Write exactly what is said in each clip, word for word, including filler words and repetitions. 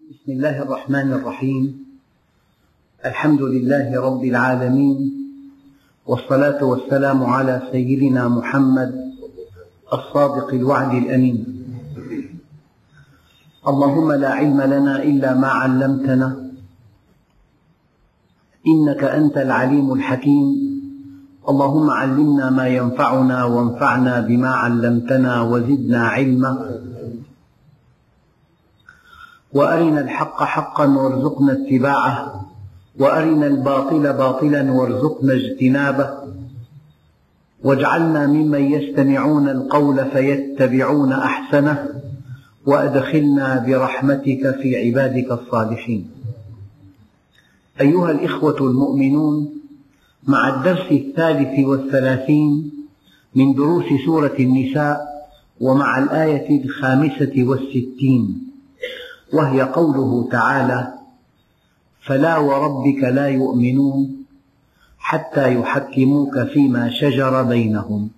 بسم الله الرحمن الرحيم. الحمد لله رب العالمين، والصلاة والسلام على سيدنا محمد الصادق الوعد الأمين. اللهم لا علم لنا إلا ما علمتنا، إنك أنت العليم الحكيم. اللهم علمنا ما ينفعنا وانفعنا بما علمتنا وزدنا علما، وأرنا الحق حقا وارزقنا اتباعه، وأرنا الباطل باطلا وارزقنا اجتنابه، واجعلنا ممن يستمعون القول فيتبعون أحسنه، وأدخلنا برحمتك في عبادك الصالحين. أيها الإخوة المؤمنون، مع الدرس الثالث والثلاثين من دروس سورة النساء، ومع الآية الخامسة والستين، وهي قوله تعالى: فلا وربك لا يؤمنون حتى يحكموك فيما شجر بينهم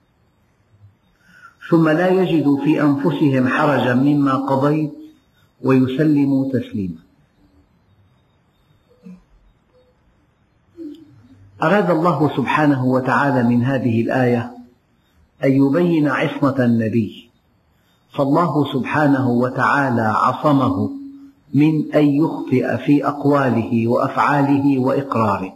ثم لا يجدوا في أنفسهم حرجا مما قضيت ويسلموا تسليما. أراد الله سبحانه وتعالى من هذه الآية أن يبين عصمة النبي، فالله سبحانه وتعالى عصمه من أن يخطئ في أقواله وأفعاله وإقراره،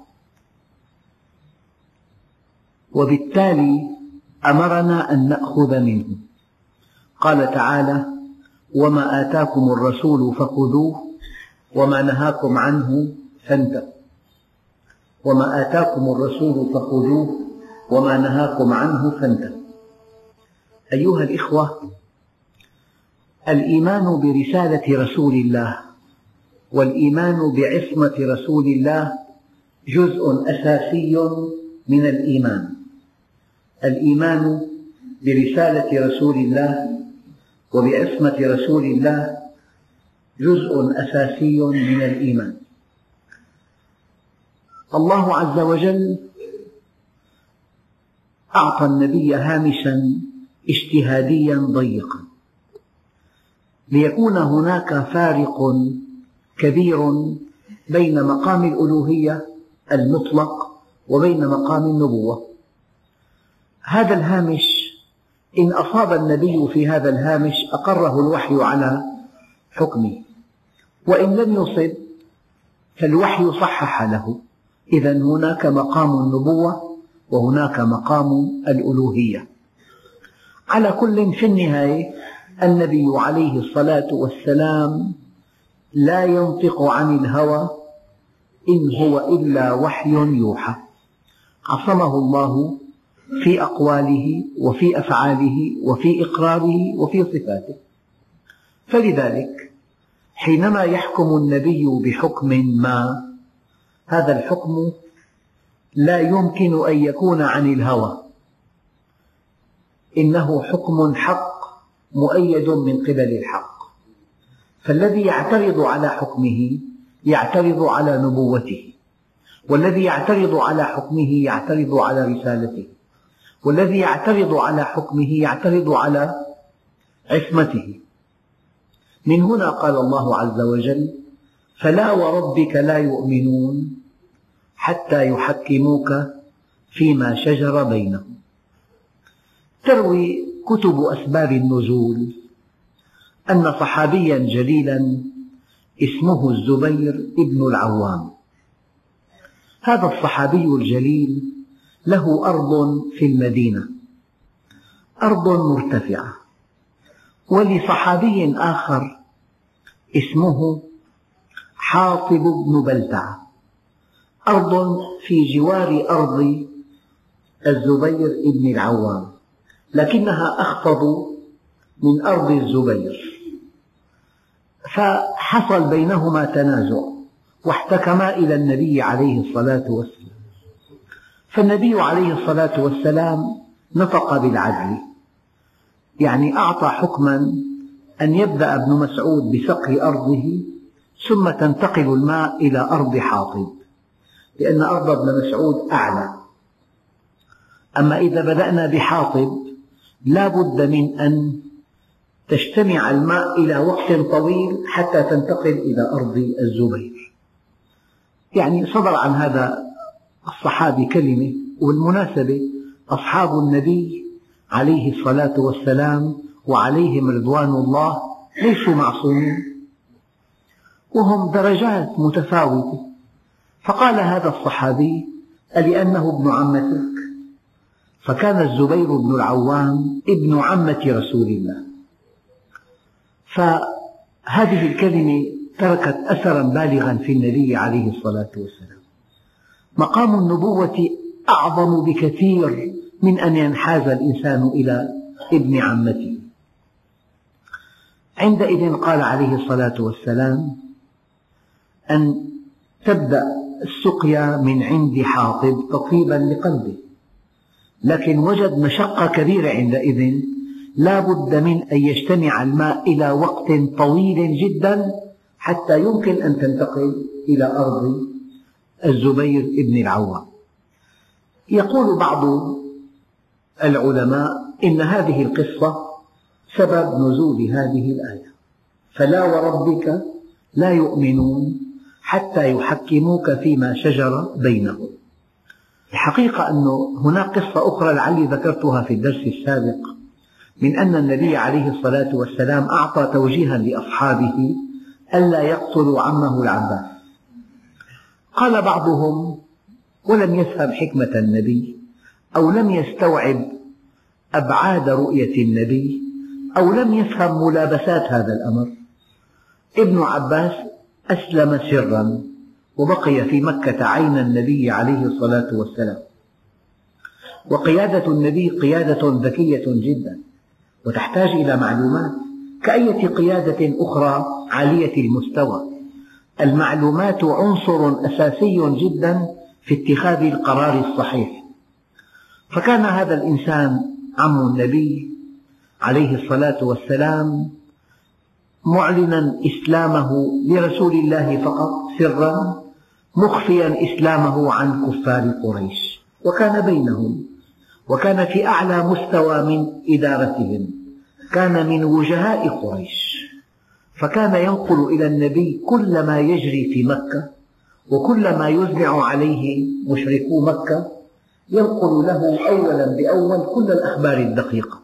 وبالتالي أمرنا أن نأخذ منه. قال تعالى: وما آتاكم الرسول فخذوه وما نهاكم عنه فانتهوا. وما آتاكم الرسول فخذوه وما نهاكم عنه فانتهوا. أيها الإخوة، الإيمان برسالة رسول الله والإيمان بعصمة رسول الله جزء أساسي من الإيمان. الإيمان برسالة رسول الله وبعصمة رسول الله جزء أساسي من الإيمان. الله عز وجل أعطى النبي هامشا اجتهاديا ضيقا ليكون هناك فارق كبير بين مقام الألوهية المطلق وبين مقام النبوة. هذا الهامش إن أصاب النبي في هذا الهامش أقره الوحي على حكمه، وإن لم يصب فالوحي صحح له. إذن هناك مقام النبوة وهناك مقام الألوهية. على كل، في النهاية النبي عليه الصلاة والسلام لا ينطق عن الهوى إن هو إلا وحي يوحى. عصمه الله في أقواله وفي أفعاله وفي إقراره وفي صفاته. فلذلك حينما يحكم النبي بحكم ما، هذا الحكم لا يمكن أن يكون عن الهوى، إنه حكم حق مؤيد من قبل الحق. فالذي يعترض على حكمه يعترض على نبوته، والذي يعترض على حكمه يعترض على رسالته، والذي يعترض على حكمه يعترض على عصمته. من هنا قال الله عز وجل: فلا وربك لا يؤمنون حتى يحكموك فيما شجر بينهم. تروي كتب أسباب النزول أن صحابيا جليلا اسمه الزبير ابن العوام. هذا الصحابي الجليل له أرض في المدينة، أرض مرتفعة، ولصحابي آخر اسمه حاطب بن بلتعة أرض في جوار أرض الزبير ابن العوام، لكنها أخفض من أرض الزبير. فحصل بينهما تنازع واحتكما إلى النبي عليه الصلاة والسلام. فالنبي عليه الصلاة والسلام نطق بالعدل، يعني أعطى حكما أن يبدأ ابن مسعود بسقي أرضه ثم تنتقل الماء إلى أرض حاطب، لأن أرض ابن مسعود أعلى. أما إذا بدأنا بحاطب لا بد من أن تجتمع الماء إلى وقت طويل حتى تنتقل إلى أرض الزبير. يعني صدر عن هذا الصحابي كلمة، والمناسبة أصحاب النبي عليه الصلاة والسلام وعليهم رضوان الله ليسوا معصومين، وهم درجات متفاوتة. فقال هذا الصحابي: ألأنه ابن عمتك؟ فكان الزبير بن العوام ابن عمة رسول الله. فهذه الكلمة تركت أثرا بالغا في النبي عليه الصلاة والسلام. مقام النبوة أعظم بكثير من أن ينحاز الإنسان إلى ابن عمته. عندئذ قال عليه الصلاة والسلام أن تبدأ السقيا من عند حاطب تطيبا لقلبه، لكن وجد مشقة كبيرة عندئذ، لا بد من أن يجتمع الماء إلى وقت طويل جدا حتى يمكن أن تنتقل إلى أرض الزبير بن العوام. يقول بعض العلماء إن هذه القصة سبب نزول هذه الآية: فلا وربك لا يؤمنون حتى يحكموك فيما شجر بينهم. الحقيقة أن هناك قصة أخرى لعلي ذكرتها في الدرس السابق، من أن النبي عليه الصلاة والسلام أعطى توجيها لأصحابه ألا يقتلوا عمه العباس. قال بعضهم: ولم يفهم حكمة النبي، أو لم يستوعب أبعاد رؤية النبي، أو لم يفهم ملابسات هذا الأمر. ابن عباس أسلم سرا وبقي في مكة عين النبي عليه الصلاة والسلام، وقيادة النبي قيادة ذكية جدا وتحتاج إلى معلومات كأية قيادة أخرى عالية المستوى. المعلومات عنصر أساسي جدا في اتخاذ القرار الصحيح. فكان هذا الإنسان عم النبي عليه الصلاة والسلام معلنا إسلامه لرسول الله فقط سرا، مخفيا إسلامه عن كفار قريش، وكان بينهم، وكان في أعلى مستوى من إدارتهم، كان من وجهاء قريش. فكان ينقل إلى النبي كل ما يجري في مكة، وكل ما يزمع عليه مشركو مكة ينقل له أولا بأول كل الأخبار الدقيقة.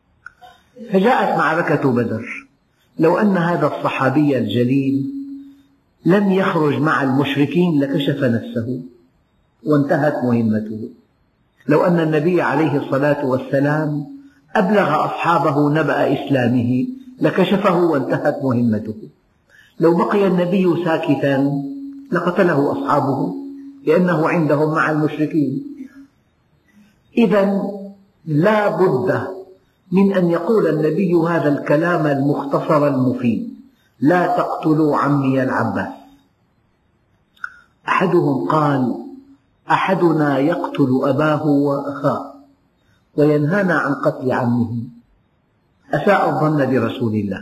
فجاءت معركة بدر. لو أن هذا الصحابي الجليل لم يخرج مع المشركين لكشف نفسه وانتهت مهمته. لو أن النبي عليه الصلاة والسلام أبلغ أصحابه نبأ إسلامه لكشفه وانتهت مهمته. لو بقي النبي ساكتا لقتله أصحابه، لأنه عندهم مع المشركين. إذا لا بد من أن يقول النبي هذا الكلام المختصر المفيد: لا تقتلوا عمي العباس. أحدهم قال: أحدنا يقتل أباه وأخاه وينهانا عن قتل عمه، أساء الظن برسول الله.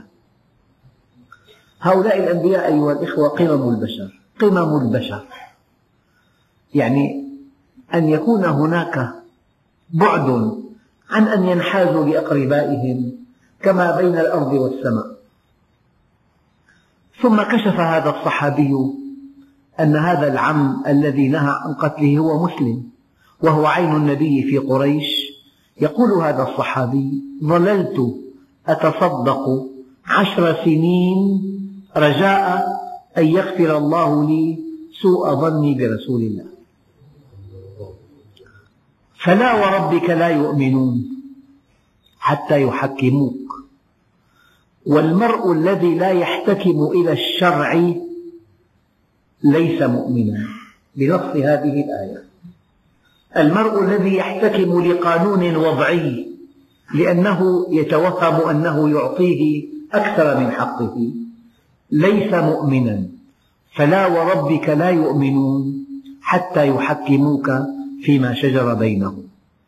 هؤلاء الأنبياء أيها الإخوة قمم البشر، قمم البشر، يعني أن يكون هناك بعد عن أن ينحازوا لأقربائهم كما بين الأرض والسماء. ثم كشف هذا الصحابي أن هذا العم الذي نهى عن قتله هو مسلم، وهو عين النبي في قريش. يقول هذا الصحابي: ظللت أتصدق عشر سنين رجاء أن يغفر الله لي سوء ظني برسول الله. فلا وربك لا يؤمنون حتى يحكموك. والمرء الذي لا يحتكم إلى الشرع ليس مؤمنا، بنص هذه الآية. المرء الذي يحتكم لقانون وضعي لأنه يتوهم أنه يعطيه أكثر من حقه ليس مؤمنا. فلا وربك لا يؤمنون حتى يحكموك فيما شجر بينهم.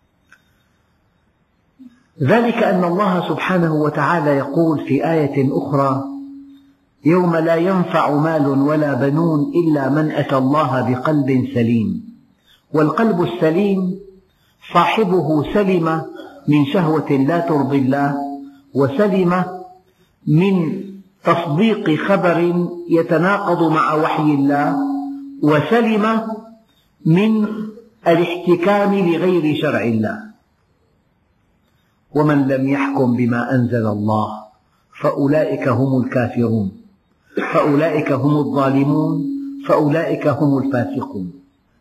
ذلك أن الله سبحانه وتعالى يقول في آية أخرى: يوم لا ينفع مال ولا بنون إلا من أتى الله بقلب سليم. والقلب السليم صاحبه سلم من شهوة لا ترضي الله، وسلم من تصديق خبر يتناقض مع وحي الله، وسلم من الاحتكام لغير شرع الله. ومن لم يحكم بما أنزل الله فأولئك هم الكافرون، فأولئك هم الظالمون، فأولئك هم الفاسقون.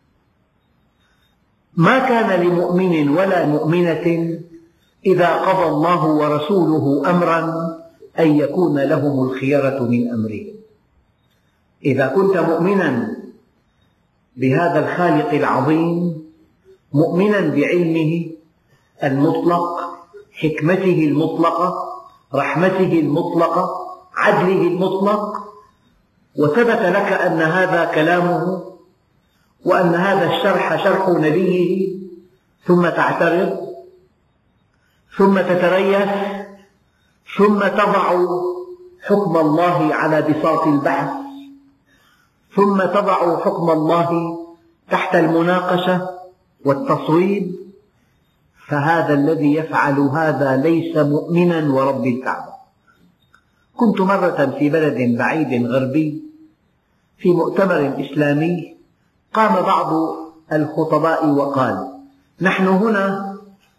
ما كان لمؤمن ولا مؤمنة إذا قضى الله ورسوله أمرا أن يكون لهم الخيرة من أمرهم. إذا كنت مؤمنا بهذا الخالق العظيم، مؤمنا بعلمه المطلق، حكمته المطلقة، رحمته المطلقة، عدله المطلق، وثبت لك أن هذا كلامه وأن هذا الشرح شرح نبيه، ثم تعترض، ثم تتريث، ثم تضع حكم الله على بساط البحث، ثم تضع حكم الله تحت المناقشة والتصويب، فهذا الذي يفعل هذا ليس مؤمنا ورب الكعبة. كنت مرة في بلد بعيد غربي في مؤتمر إسلامي، قام بعض الخطباء وقال: نحن هنا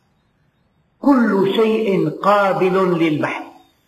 كل شيء قابل للبحث،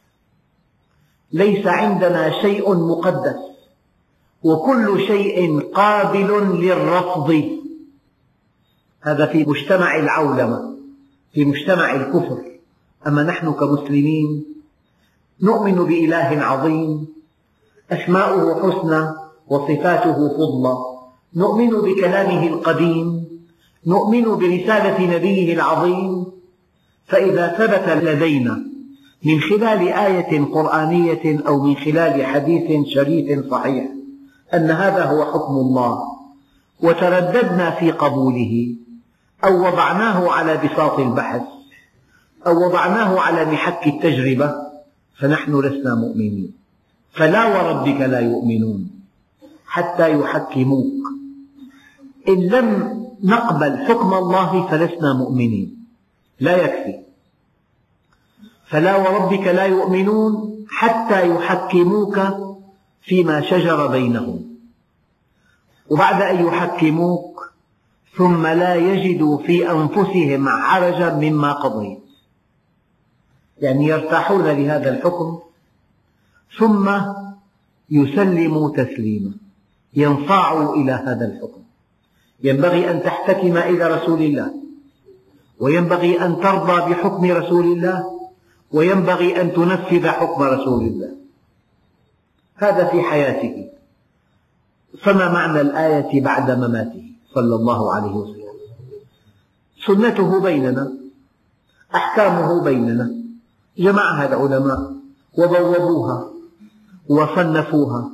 ليس عندنا شيء مقدس، وكل شيء قابل للرفض. هذا في مجتمع العولمة، في مجتمع الكفر. أما نحن كمسلمين نؤمن بإله عظيم أسماؤه حسنى وصفاته فضلى، نؤمن بكلامه القديم، نؤمن برسالة نبيه العظيم. فإذا ثبت لدينا من خلال آية قرآنية أو من خلال حديث شريف صحيح أن هذا هو حكم الله، وترددنا في قبوله، أو وضعناه على بساط البحث، أو وضعناه على محك التجربة، فنحن لسنا مؤمنين. فلا وربك لا يؤمنون حتى يحكموك. إن لم نقبل حكم الله فلسنا مؤمنين، لا يكفي. فلا وربك لا يؤمنون حتى يحكموك فيما شجر بينهم، وبعد أن يحكموك ثم لا يجدوا في أنفسهم حرجا مما قضيت، يعني يرتاحون لهذا الحكم، ثم يسلموا تسليما، ينصاعوا إلى هذا الحكم. ينبغي أن تحتكم إلى رسول الله، وينبغي أن ترضى بحكم رسول الله، وينبغي أن تنفذ حكم رسول الله. هذا في حياته. فما معنى الآية بعد مماته صلى الله عليه وسلم؟ سنته بيننا، أحكامه بيننا، جمعها العلماء وبوبوها وصنفوها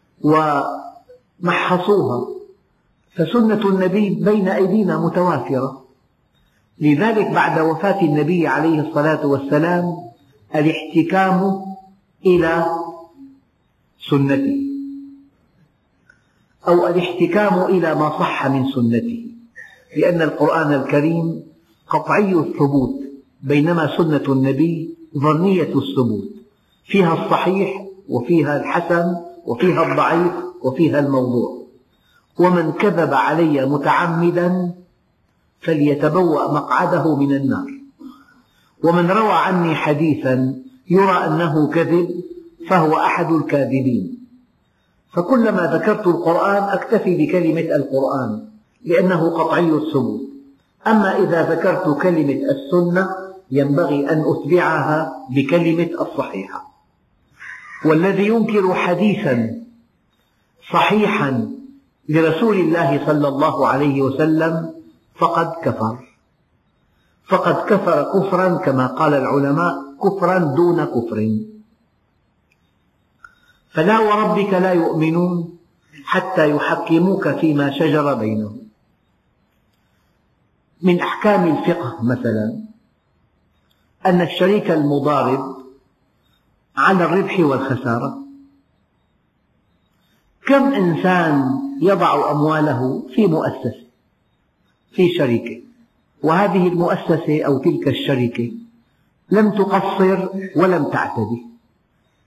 ومحصوها، فسنة النبي بين أيدينا متوافرة. لذلك بعد وفاة النبي عليه الصلاة والسلام الاحتكام إلى سنته، أو الاحتكام إلى ما صح من سنته، لأن القرآن الكريم قطعي الثبوت، بينما سنة النبي ظنية الثبوت، فيها الصحيح وفيها الحسن وفيها الضعيف وفيها الموضوع. ومن كذب علي متعمدا فليتبوأ مقعده من النار. ومن روى عني حديثا يرى أنه كذب فهو أحد الكاذبين. فكلما ذكرت القرآن أكتفي بكلمة القرآن لأنه قطعي الثبوت. أما إذا ذكرت كلمة السنة ينبغي أن أتبعها بكلمة الصحيحة. والذي ينكر حديثا صحيحا لرسول الله صلى الله عليه وسلم فقد كفر، فقد كفر كفرا كما قال العلماء كفرا دون كفر. فلا وربك لا يؤمنون حتى يحكموك فيما شجر بينهم. من أحكام الفقه مثلا أن الشريك المضارب على الربح والخسارة. كم إنسان يضع أمواله في مؤسسة، في شركة، وهذه المؤسسة أو تلك الشركة لم تقصر ولم تعتدي،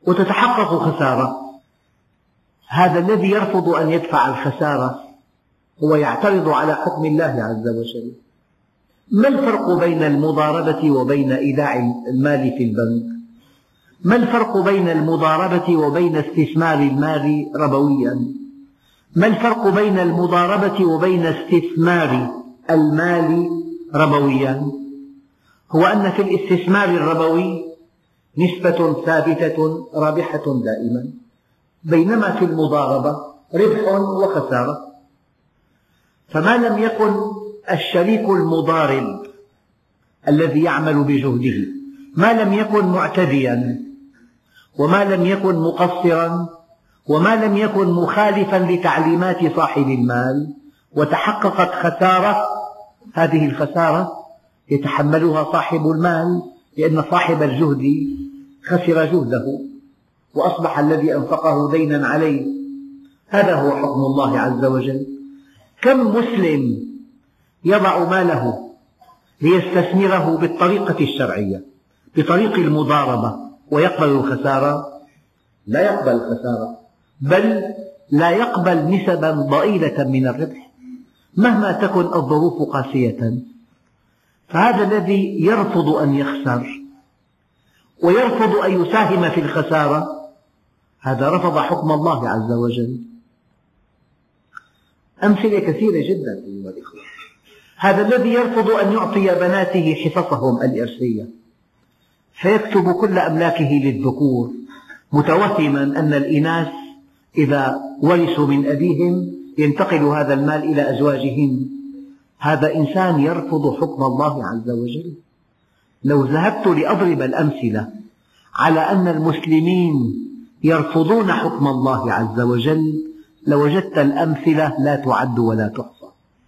وتتحقق خسارة. هذا الذي يرفض أن يدفع الخسارة هو يعترض على حكم الله عز وجل. ما الفرق بين المضاربة وبين إيداع المال في البنك؟ ما الفرق بين المضاربة وبين استثمار المال ربويا؟ ما الفرق بين المضاربة وبين استثمار المال ربويا؟ هو أن في الاستثمار الربوي نسبة ثابتة رابحة دائما، بينما في المضاربة ربح وخسارة. فما لم يكن الشريك المضارب الذي يعمل بجهده ما لم يكن معتديا، وما لم يكن مقصرا، وما لم يكن مخالفا لتعليمات صاحب المال، وتحققت خسارة، هذه الخسارة يتحملها صاحب المال، لأن صاحب الجهد خسر جهده وأصبح الذي أنفقه دينا عليه. هذا هو حكم الله عز وجل. كم مسلم يضع ماله ليستثمره بالطريقة الشرعية بطريق المضاربة ويقبل الخسارة؟ لا يقبل الخسارة، بل لا يقبل نسبا ضئيلة من الربح مهما تكن الظروف قاسية. فهذا الذي يرفض أن يخسر ويرفض أن يساهم في الخسارة، هذا رفض حكم الله عز وجل. أمثلة كثيرة جدا أيها الإخوة. هذا الذي يرفض أن يعطي بناته حصصهم الإرثية، فيكتب كل أملاكه للذكور متوهما أن الإناث إذا ورثوا من أبيهم ينتقل هذا المال إلى أزواجهن. هذا إنسان يرفض حكم الله عز وجل. لو ذهبت لأضرب الأمثلة على أن المسلمين يرفضون حكم الله عز وجل لوجدت الأمثلة لا تعد ولا تحصى.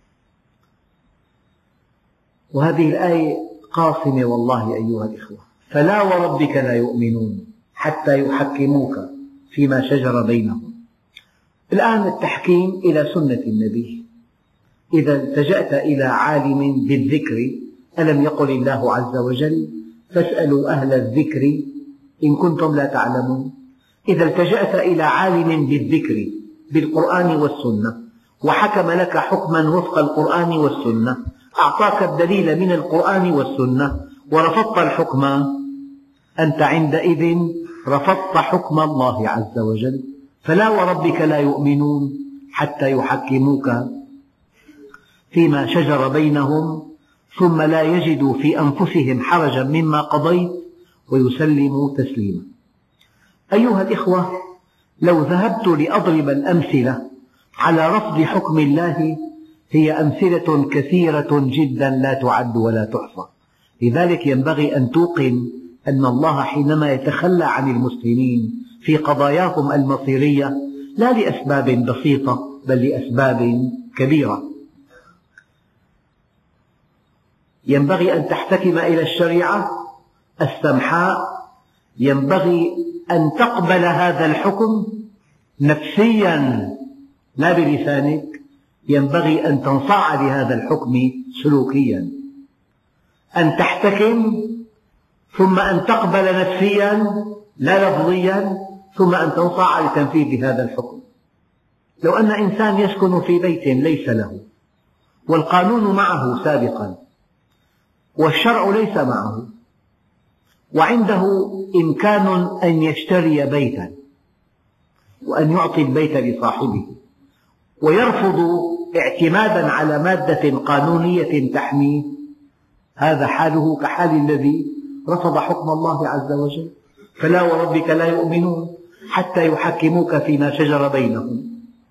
وهذه الآية قاسمة والله أيها الإخوة. فلا وربك لا يؤمنون حتى يحكموك فيما شجر بينهم. الآن التحكيم إلى سنة النبي. إذا التجأت إلى عالم بالذكر، ألم يقل الله عز وجل فاسألوا أهل الذكر إن كنتم لا تعلمون؟ إذا التجأت إلى عالم بالذكر بالقرآن والسنة وحكم لك حكما وفق القرآن والسنة، أعطاك الدليل من القرآن والسنة ورفضت الحكم، أنت عندئذ رفضت حكم الله عز وجل. فلا وربك لا يؤمنون حتى يحكموك فيما شجر بينهم ثم لا يجدوا في أنفسهم حرجا مما قضيت ويسلموا تسليما. أيها الإخوة، لو ذهبت لأضرب الأمثلة على رفض حكم الله هي أمثلة كثيرة جدا لا تعد ولا تحصى. لذلك ينبغي أن توقن أن الله حينما يتخلى عن المسلمين في قضاياهم المصيرية لا لأسباب بسيطة بل لأسباب كبيرة. ينبغي أن تحتكم إلى الشريعة السمحاء، ينبغي أن تقبل هذا الحكم نفسيا لا بلسانك، ينبغي أن تنصاع لهذا الحكم سلوكيا، أن تحتكم ثم أن تقبل نفسيا لا لفظيا ثم أن تنصاع لتنفيذ هذا الحكم. لو أن إنسان يسكن في بيت ليس له والقانون معه سابقا والشرع ليس معه وعنده إمكان أن يشتري بيتا وأن يعطي البيت لصاحبه ويرفض اعتمادا على مادة قانونية تحميه، هذا حاله كحال الذي رفض حكم الله عز وجل. فلا وربك لا يؤمنون حتى يحكموك فيما شجر بينهم.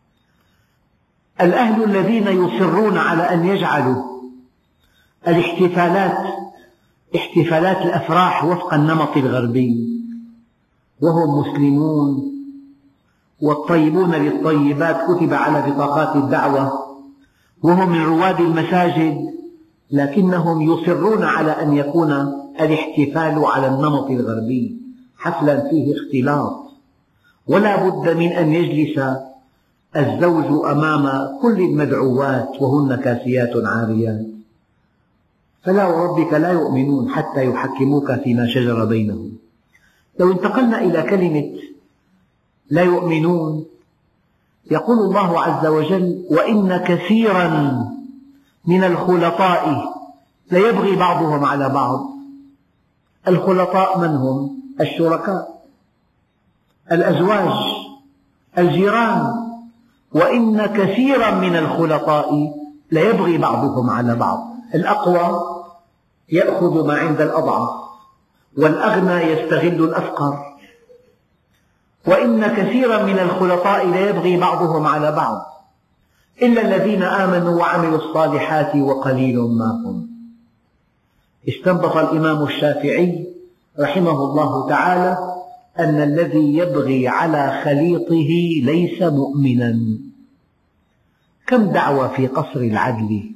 الأهل الذين يصرون على أن يجعلوا الاحتفالات احتفالات الأفراح وفق النمط الغربي وهم مسلمون والطيبون للطيبات كتب على بطاقات الدعوة وهم من رواد المساجد، لكنهم يصرون على أن يكون الاحتفال على النمط الغربي حفلا فيه اختلاط، ولا بد من أن يجلس الزوج أمام كل المدعوات وهن كاسيات عاريات. فلا وربك لا يؤمنون حتى يحكموك فيما شجر بينهم لو انتقلنا إلى كلمة لا يؤمنون، يقول الله عز وجل: وإن كثيرا من الخلطاء ليبغي بعضهم على بعض. الخلطاء من هم؟ الشركاء، الأزواج، الجيران. وإن كثيرا من الخلطاء ليبغي بعضهم على بعض. الأقوى يأخذ ما عند الأضعف، والأغنى يستغل الأفقر. وإن كثيرا من الخلطاء ليبغي بعضهم على بعض إلا الذين آمنوا وعملوا الصالحات وقليل ما هم. استنبط الإمام الشافعي رحمه الله تعالى أن الذي يبغي على خليطه ليس مؤمنا. كم دعوة في قصر العدل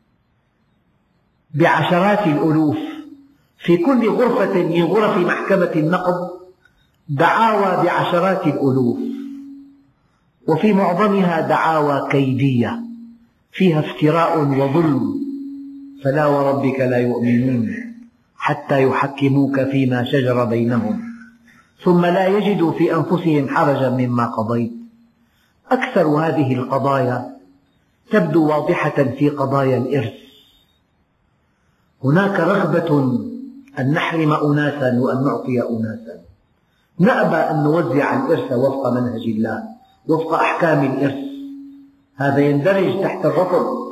بعشرات الألوف، في كل غرفة من غرف محكمة النقض دعاوى بعشرات الألوف، وفي معظمها دعاوى كيدية فيها افتراء وظلم. فلا وربك لا يؤمنون حتى يحكموك فيما شجر بينهم ثم لا يجدوا في أنفسهم حرجا مما قضيت. أكثر هذه القضايا تبدو واضحة في قضايا الإرث. هناك رغبة أن نحرم أناسا وأن نعطي أناسا، نأبى أن نوزع الإرث وفق منهج الله، وفق أحكام الإرث. هذا يندرج تحت الرفض.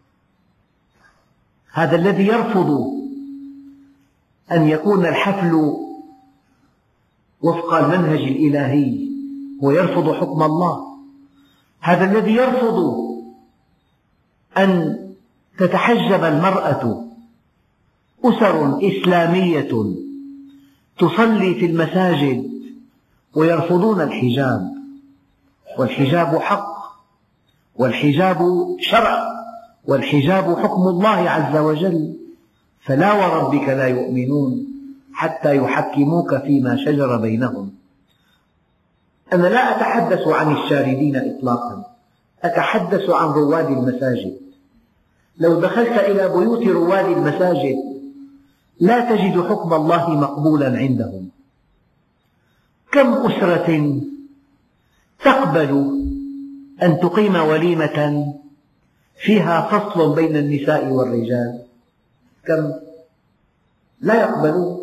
هذا الذي يرفض أن يكون الحفل وفق المنهج الإلهي هو يرفض حكم الله. هذا الذي يرفض أن تتحجب المرأة. أسر إسلامية تصلي في المساجد ويرفضون الحجاب، والحجاب حق، والحجاب شرع، والحجاب حكم الله عز وجل. فلا وربك لا يؤمنون حتى يحكموك فيما شجر بينهم. أنا لا أتحدث عن الشاردين إطلاقا، أتحدث عن رواد المساجد. لو دخلت إلى بيوت رواد المساجد لا تجد حكم الله مقبولا عندهم. كم أسرة تقبل أن تقيم وليمة فيها فصل بين النساء والرجال؟ كم؟ لا يقبلون.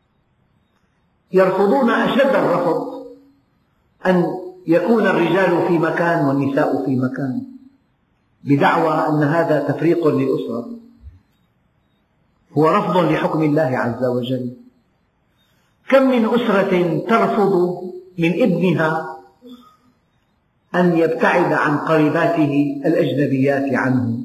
يرفضون أشد الرفض أن يكون الرجال في مكان والنساء في مكان، بدعوى أن هذا تفريق للأسرة. هو رفض لحكم الله عز وجل. كم من أسرة ترفض من ابنها أن يبتعد عن قريباته الأجنبيات عنه،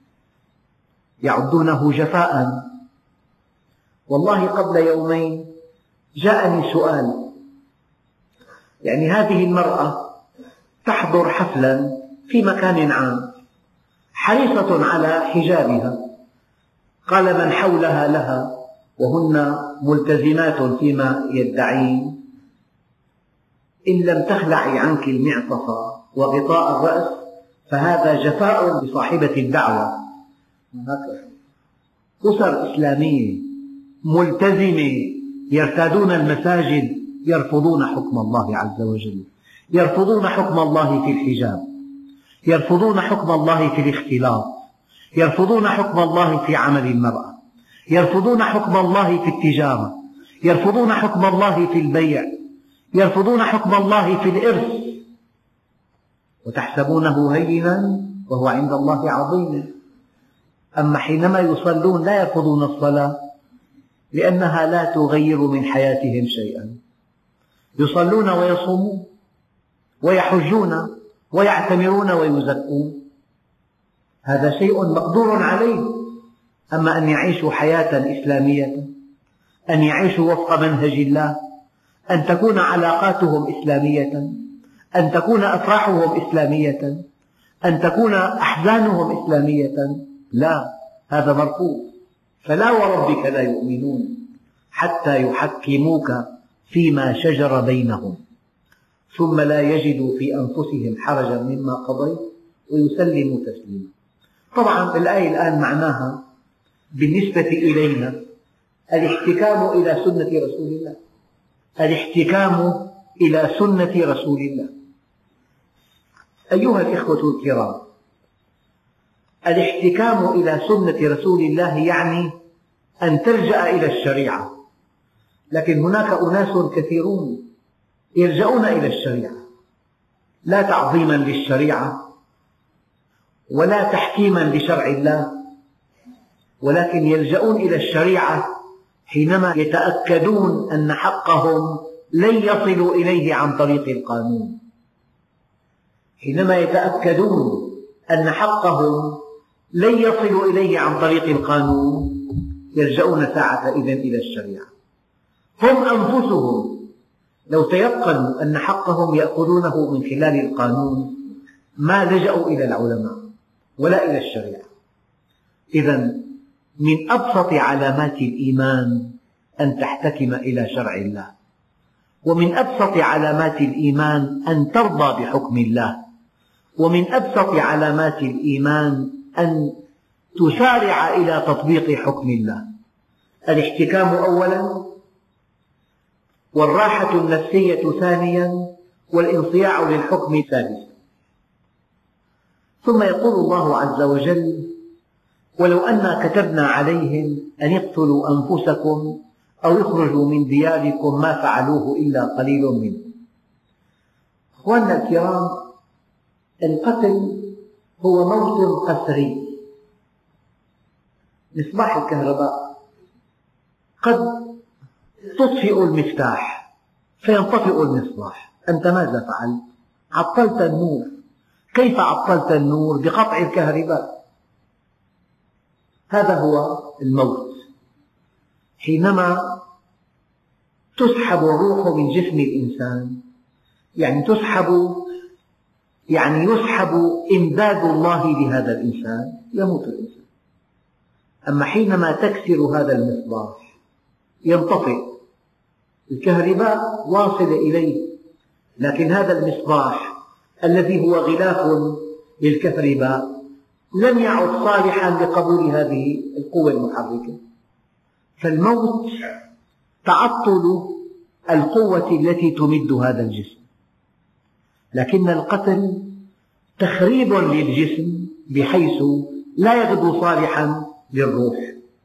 يعدونه جفاء. والله قبل يومين جاءني سؤال، يعني هذه المرأة تحضر حفلا في مكان عام، حريصة على حجابها، قال من حولها لها وهن ملتزمات فيما يدعين: إن لم تخلعي عنك المعطف وغطاء الرأس فهذا جفاء بصاحبة الدعوة. هكذا أسر إسلامية ملتزمة يرتادون المساجد يرفضون حكم الله عز وجل، يرفضون حكم الله في الحجاب، يرفضون حكم الله في الاختلاط، يرفضون حكم الله في عمل المرأة، يرفضون حكم الله في التجارة، يرفضون حكم الله في البيع، يرفضون حكم الله في الإرث. وتحسبونه هينا وهو عند الله عظيم. أما حينما يصلون لا يرفضون الصلاة لأنها لا تغير من حياتهم شيئا. يصلون ويصومون ويحجون ويعتمرون ويزكون، هذا شيء مقدور عليه. أما أن يعيشوا حياة إسلامية، أن يعيشوا وفق منهج الله، أن تكون علاقاتهم إسلامية، أن تكون أفراحهم إسلامية، أن تكون أحزانهم إسلامية، لا، هذا مرفوض. فلا وربك لا يؤمنون حتى يحكموك فيما شجر بينهم ثم لا يجدوا في أنفسهم حرجا مما قضيت ويسلموا تسليما. طبعا الآية الآن معناها بالنسبة إلينا الاحتكام إلى سنة رسول الله. الاحتكام إلى سنة رسول الله. أيها الإخوة الكرام، الاحتكام إلى سنة رسول الله يعني أن تلجأ إلى الشريعة، لكن هناك أناس كثيرون يلجؤون إلى الشريعة لا تعظيما للشريعة ولا تحكيما لشرع الله، ولكن يلجؤون إلى الشريعة حينما يتأكدون أن حقهم لن يصلوا إليه عن طريق القانون. حينما يتأكدون أن حقهم لن يصلوا إليه عن طريق القانون يلجؤون ساعة إذن إلى الشريعة. هم أنفسهم لو تيقنوا أن حقهم يأخذونه من خلال القانون ما لجأوا إلى العلماء ولا إلى الشريعة. إذن من أبسط علامات الإيمان أن تحتكم إلى شرع الله، ومن أبسط علامات الإيمان أن ترضى بحكم الله، ومن أبسط علامات الإيمان أن تسارع إلى تطبيق حكم الله. الاحتكام أولا، والراحة النفسية ثانيا، والانصياع للحكم ثالثا. ثم يقول الله عز وجل: ولو أنا كتبنا عليهم أن اقتلوا أنفسكم أو اخرجوا من دياركم ما فعلوه إلا قليل منهم. أخواننا الكرام، القتل هو موت قسري. مصباح الكهرباء قد تطفئ المفتاح فينطفئ المصباح، أنت ماذا فعلت؟ عطلت النور. كيف عطلت النور؟ بقطع الكهرباء. هذا هو الموت. حينما تسحب الروح من جسم الإنسان، يعني تسحب يعني يسحب إمداد الله لهذا الإنسان، يموت الإنسان. أما حينما تكسر هذا المصباح ينطفئ. الكهرباء واصلة إليه، لكن هذا المصباح الذي هو غلاف للكهرباء لم يعد صالحا لقبول هذه القوة المحركة. فالموت تعطل القوة التي تمد هذا الجسم، لكن القتل تخريب للجسم بحيث لا يغدو صالحا للروح.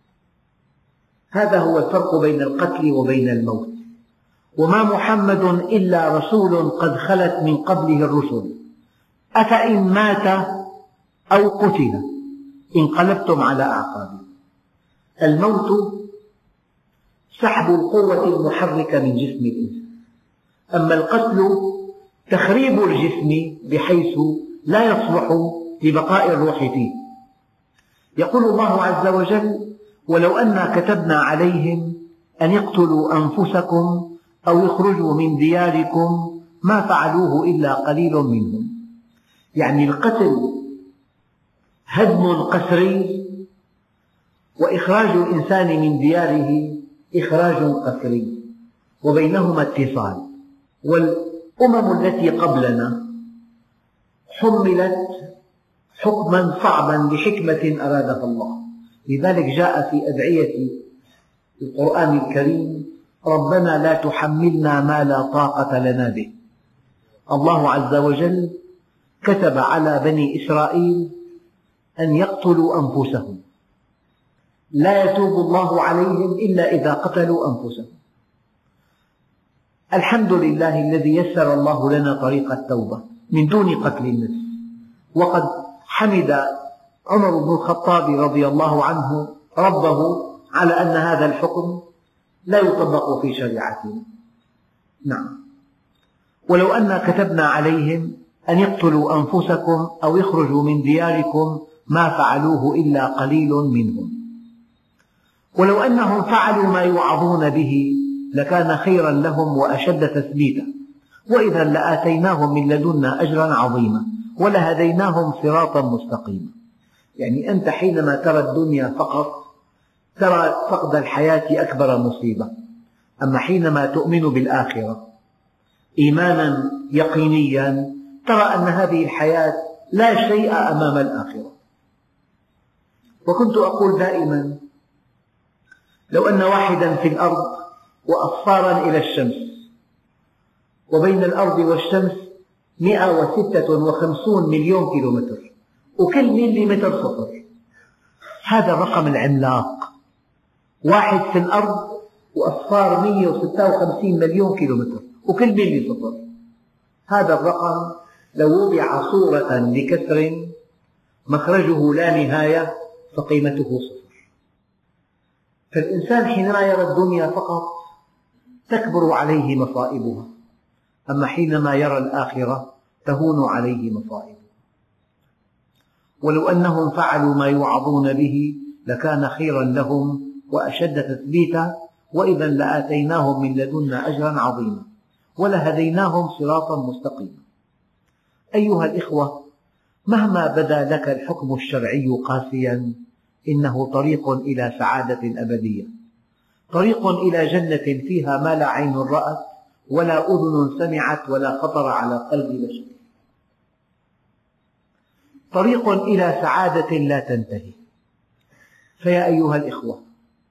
هذا هو الفرق بين القتل وبين الموت. وما محمد إلا رسول قد خلت من قبله الرسل أفإن مات أو قتل انقلبتم على أعقابكم. الموت سحب القوة المحركة من جسم الإنسان، أما القتل تخريب الجسم بحيث لا يصلح لبقاء الروح فيه. يقول الله عز وجل: ولو أنا كتبنا عليهم أن اقتلوا أنفسكم أو يخرجوا من دياركم ما فعلوه إلا قليل منهم. يعني القتل هدم قسري، وإخراج الإنسان من دياره إخراج قسري، وبينهما اتصال. والأمم التي قبلنا حملت حكما صعبا لحكمة أرادها الله، لذلك جاء في أدعية القرآن الكريم: ربنا لا تحملنا ما لا طاقة لنا به. الله عز وجل كتب على بني إسرائيل أن يقتلوا أنفسهم، لا يتوب الله عليهم إلا إذا قتلوا أنفسهم. الحمد لله الذي يسر الله لنا طريق التوبة من دون قتل النفس. وقد حمد عمر بن الخطاب رضي الله عنه ربه على أن هذا الحكم لا يطبق في شريعتنا. نعم. ولو أنا كتبنا عليهم أن يقتلوا أنفسكم أو يخرجوا من دياركم ما فعلوه إلا قليل منهم. ولو أنهم فعلوا ما يوعظون به لكان خيرا لهم وأشد تثبيتا، وإذا لآتيناهم من لدنا أجرا عظيما ولهديناهم صراطا مستقيما. يعني أنت حينما ترى الدنيا فقط ترى فقد الحياة أكبر مصيبة، أما حينما تؤمن بالآخرة إيمانا يقينيا ترى أن هذه الحياة لا شيء أمام الآخرة. وكنت أقول دائما: لو أن واحدا في الأرض وأصفارا إلى الشمس وبين الأرض والشمس مئة وستة وخمسين مليون كيلومتر، وكل مليمتر صفر. هذا الرقم العملاق، واحد في الأرض وأصفار مئة وستة وخمسين مليون كيلومتر، وكل ملي صفر. هذا الرقم لو وضع صورة لكسر مخرجه لا نهاية فقيمته صفر. فالإنسان حينما يرى الدنيا فقط تكبر عليه مصائبها، أما حينما يرى الآخرة تهون عليه مصائبها. ولو أنهم فعلوا ما يوعظون به لكان خيرا لهم وأشد تثبيتا، وإذا لآتيناهم من لدنا أجرا عظيما ولهديناهم صراطا مستقيما. أيها الإخوة، مهما بدا لك الحكم الشرعي قاسيا إنه طريق إلى سعادة أبدية، طريق إلى جنة فيها ما لا عين رأت ولا أذن سمعت ولا خطر على قلب بشر، طريق إلى سعادة لا تنتهي. فيا أيها الإخوة،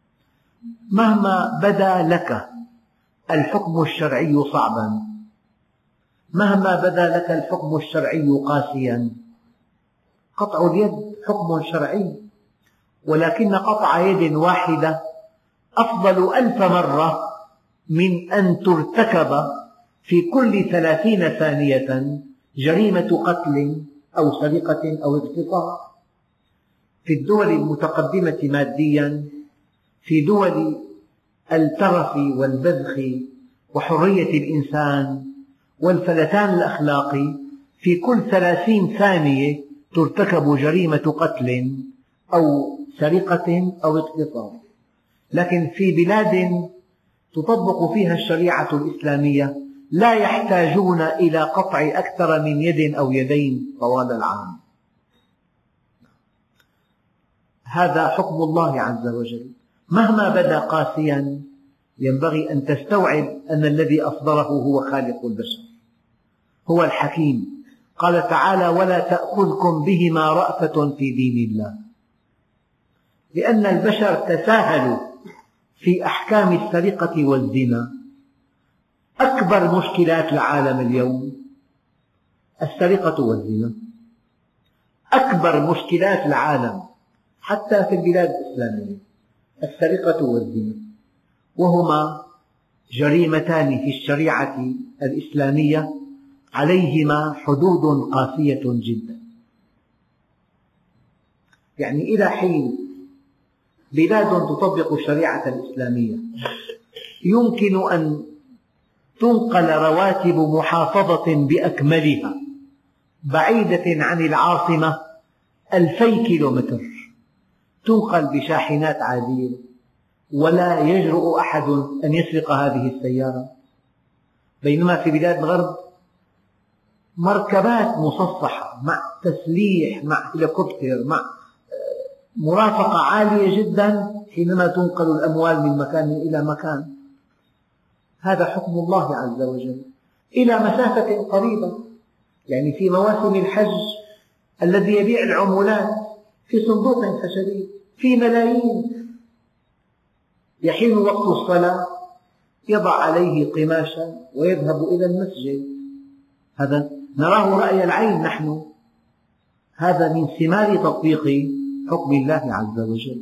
مهما بدا لك الحكم الشرعي صعبا، مهما بدا لك الحكم الشرعي قاسيا، قطع اليد حكم شرعي، ولكن قطع يد واحدة أفضل ألف مرة من أن ترتكب في كل ثلاثين ثانية جريمة قتل أو سرقة أو اغتصاب. في الدول المتقدمة ماديا، في دول الترف والبذخ وحرية الإنسان والفلتان الأخلاقي، في كل ثلاثين ثانية ترتكب جريمة قتل أو سرقة أو اغتصاب. لكن في بلاد تطبق فيها الشريعة الإسلامية لا يحتاجون إلى قطع أكثر من يد أو يدين طوال العام. هذا حكم الله عز وجل، مهما بدا قاسيا ينبغي أن تستوعب أن الذي أصدره هو خالق البشر، هو الحكيم. قال تعالى: ولا تأخذكم بهما رأفة في دين الله، لأن البشر تساهلوا في أحكام السرقة والزنا. أكبر مشكلات العالم اليوم السرقة والزنا، أكبر مشكلات العالم حتى في البلاد الإسلامية السرقة والزنا، وهما جريمتان في الشريعة الإسلامية عليهما حدود قاسية جدا. يعني إلى حين بلاد تطبق الشريعة الإسلامية يمكن أن تنقل رواتب محافظة بأكملها بعيدة عن العاصمة ألفي كيلومتر، تنقل بشاحنات عادية، ولا يجرؤ أحد أن يسرق هذه السيارة. بينما في بلاد الغرب مركبات مصفحة مع تسليح مع هليكوبتر مع مرافقة عالية جدا حينما تنقل الأموال من مكان إلى مكان. هذا حكم الله عز وجل إلى مسافة قريبة. يعني في مواسم الحج الذي يبيع العملات في صندوق خشبي في ملايين، يحين وقت الصلاة يضع عليه قماشا ويذهب إلى المسجد. هذا نراه رأي العين نحن، هذا من ثمار تطبيق حكم الله عز وجل.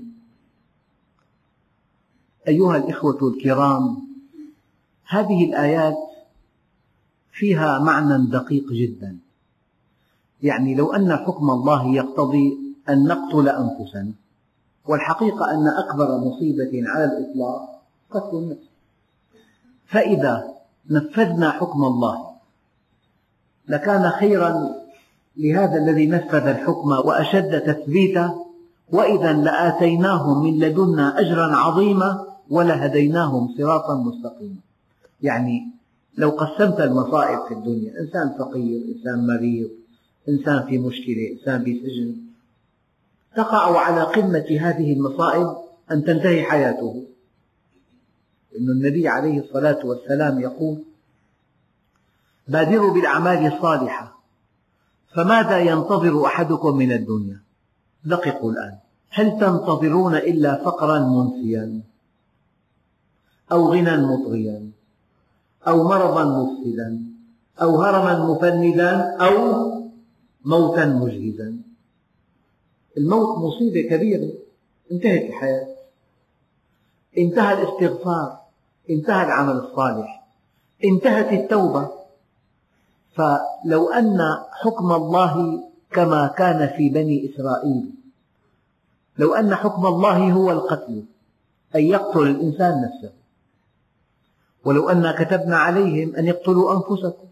أيها الإخوة الكرام، هذه الآيات فيها معنى دقيق جدا. يعني لو أن حكم الله يقتضي أن نقتل أنفسنا، والحقيقة أن أكبر مصيبة على الإطلاق قتل النفس، فإذا نفذنا حكم الله لكان خيرا لهذا الذي نفذ الحكم وأشد تثبيتا، وإذا لآتيناهم من لدنا أجرا عظيما ولهديناهم صراطا مستقيما. يعني لو قسمت المصائب في الدنيا، إنسان فقير، إنسان مريض، إنسان في مشكلة، إنسان في سجن، تقع على قمة هذه المصائب أن تنتهي حياته. إن النبي عليه الصلاة والسلام يقول: بادروا بالأعمال الصالحة فماذا ينتظر أحدكم من الدنيا؟ دققوا الآن، هل تنتظرون إلا فقرا منسيا أو غنى مطغيا أو مرضا مفسدا أو هرما مفندا أو موتا مجهزا. الموت مصيبة كبيرة، انتهت الحياة، انتهى الاستغفار، انتهى العمل الصالح، انتهت التوبة. فلو أن حكم الله كما كان في بني إسرائيل، لو أن حكم الله هو القتل، أن يقتل الإنسان نفسه، ولو أنا كتبنا عليهم أن يقتلوا أنفسكم،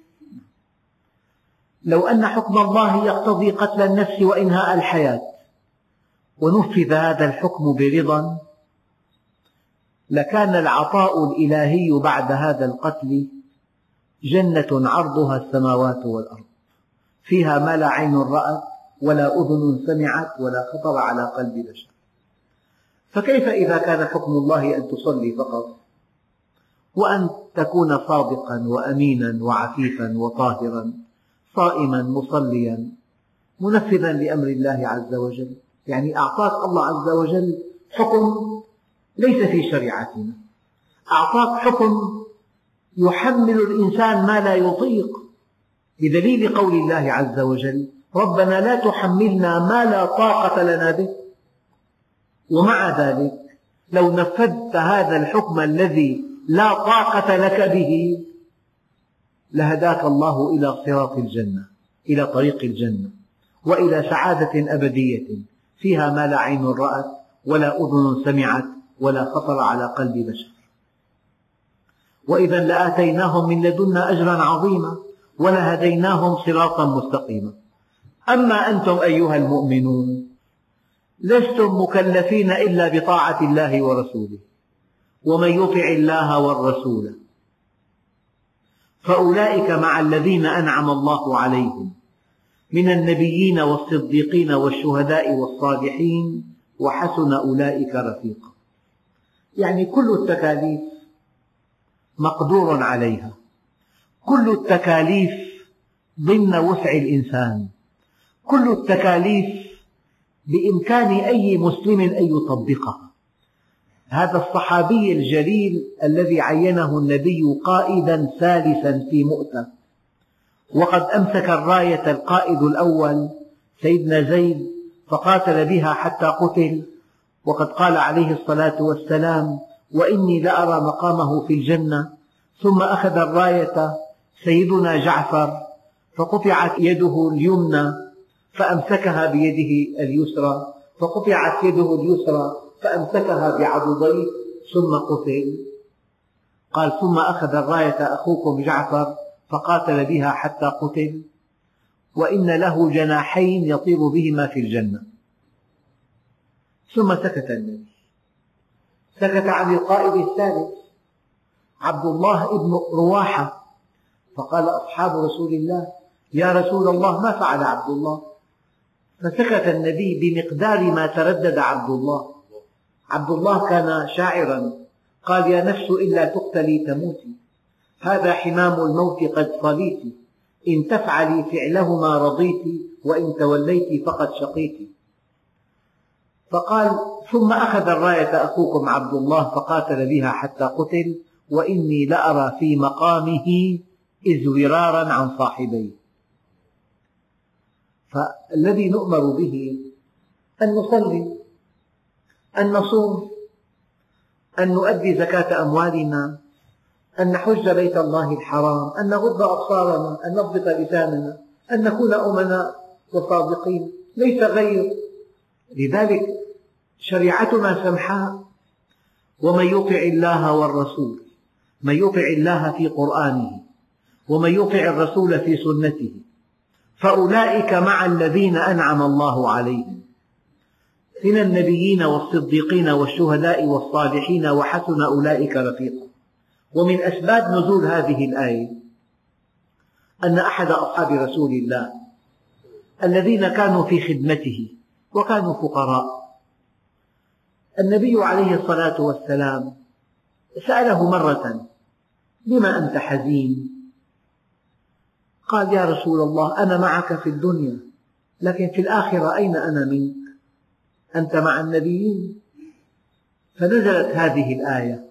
لو أن حكم الله يقتضي قتل النفس وإنهاء الحياة ونفذ هذا الحكم برضا، لكان العطاء الإلهي بعد هذا القتل جنة عرضها السماوات والأرض، فيها ما لا عين رأت ولا أذن سمعت ولا خطر على قلب بشر. فكيف إذا كان حكم الله أن تصلي فقط، وأن تكون صادقا وأمينا وعفيفا وطاهرا صائما مصليا منفذا لأمر الله عز وجل؟ يعني أعطاك الله عز وجل حكم ليس في شريعتنا، أعطاك حكم يحمل الإنسان ما لا يطيق، بدليل قول الله عز وجل: ربنا لا تحملنا ما لا طاقة لنا به. ومع ذلك لو نفذت هذا الحكم الذي لا طاقة لك به لهداك الله إلى صراط الجنة، إلى طريق الجنة، وإلى سعادة أبدية فيها ما لا عين رأت ولا أذن سمعت ولا خطر على قلب بشر. وإذا لآتيناهم من لدنا أجرا عظيما ولهديناهم صراطا مستقيما. أما أنتم أيها المؤمنون لستم مكلفين إلا بطاعة الله ورسوله، ومن يطع الله والرسول فأولئك مع الذين أنعم الله عليهم من النبيين والصديقين والشهداء والصالحين وحسن أولئك رفيقا. يعني كل التكاليف مقدور عليها، كل التكاليف ضمن وسع الإنسان، كل التكاليف بإمكان أي مسلم أن يطبقها. هذا الصحابي الجليل الذي عينه النبي قائدا ثالثا في مؤتة، وقد أمسك الراية القائد الأول سيدنا زيد فقاتل بها حتى قتل، وقد قال عليه الصلاة والسلام: وإني لأرى مقامه في الجنة. ثم أخذ الراية سيدنا جعفر فقطعت يده اليمنى فأمسكها بيده اليسرى، فقطعت يده اليسرى فأمسكها بعضديه ثم قتل. قال: ثم أخذ الراية أخوكم جعفر فقاتل بها حتى قتل، وإن له جناحين يطير بهما في الجنة. ثم سكت النبي، سكت عن القائد الثالث عبد الله بن رواحة، فقال أصحاب رسول الله: يا رسول الله ما فعل عبد الله؟ فسكت النبي بمقدار ما تردد عبد الله. عبد الله كان شاعرا، قال: يا نفس إلا تقتلي تموتي، هذا حمام الموت قد صليت، إن تفعلي فعلهما رضيت، وإن توليت فقد شقيت. فقال: ثم أخذ الراية أخوكم عبد الله فقاتل بها حتى قتل، وإني لأرى في مقامه إزورارا عن صاحبيه. فالذي نؤمر به أن نصلي، أن نصوم، أن نؤدي زكاة أموالنا، أن نحج بيت الله الحرام، أن نغض أبصارنا، أن نضبط لساننا، أن نكون أمناء وصادقين، ليس غير. لذلك شريعتنا سمحاء: ومن يطع الله والرسول، من يطع الله في قرآنه ومن يطع الرسول في سنته فأولئك مع الذين أنعم الله عليهم من النبيين والصديقين والشهداء والصالحين وحسن أولئك رفيقا. ومن أسباب نزول هذه الآية أن أحد أصحاب رسول الله الذين كانوا في خدمته وكانوا فقراء، النبي عليه الصلاة والسلام سأله مرة: لما أنت حزين؟ قال: يا رسول الله، أنا معك في الدنيا، لكن في الآخرة أين أنا منك؟ أنت مع النبيين. فنزلت هذه الآية: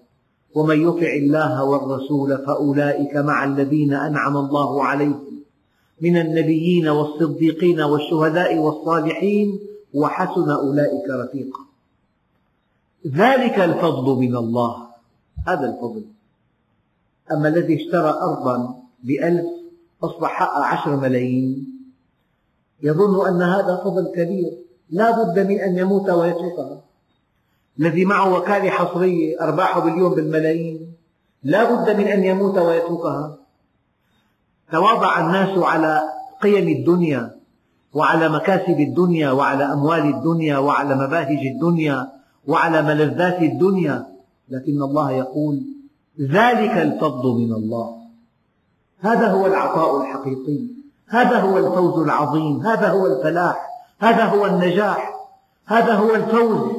ومن يطع الله والرسول فأولئك مع الذين أنعم الله عليهم من النبيين والصديقين والشهداء والصالحين وحسن أولئك رفيقا. ذلك الفضل من الله، هذا الفضل. أما الذي اشترى أرضا بألف أصبح حقها عشر ملايين يظن أن هذا فضل كبير، لا بد من أن يموت ويتركها. الذي معه وكالة حصرية أرباحه باليوم بالملايين لا بد من أن يموت ويتركها. تواضع الناس على قيم الدنيا وعلى مكاسب الدنيا وعلى أموال الدنيا وعلى مباهج الدنيا وعلى ملذات الدنيا، لكن الله يقول ذلك الفضل من الله. هذا هو العطاء الحقيقي، هذا هو الفوز العظيم، هذا هو الفلاح، هذا هو النجاح، هذا هو الفوز.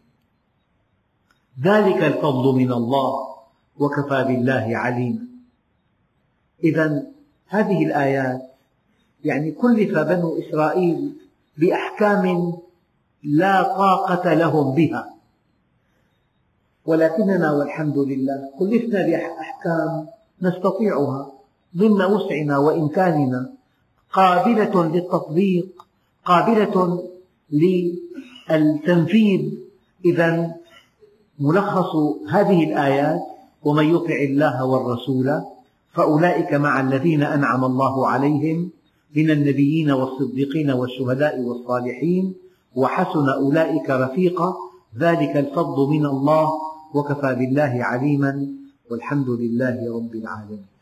ذلك الفضل من الله وكفى بالله عليما. إذا هذه الآيات يعني كلف بنو إسرائيل بأحكام لا طاقة لهم بها، ولكننا والحمد لله كلفنا بأحكام نستطيعها ضمن وسعنا وإمكاننا، قابلة للتطبيق، قابلة للتنفيذ. إذا ملخص هذه الآيات: ومن يطع الله والرسول فأولئك مع الذين أنعم الله عليهم من النبيين والصديقين والشهداء والصالحين وحسن أولئك رفيقا. ذلك الفضل من الله وكفى بالله عليما والحمد لله رب العالمين.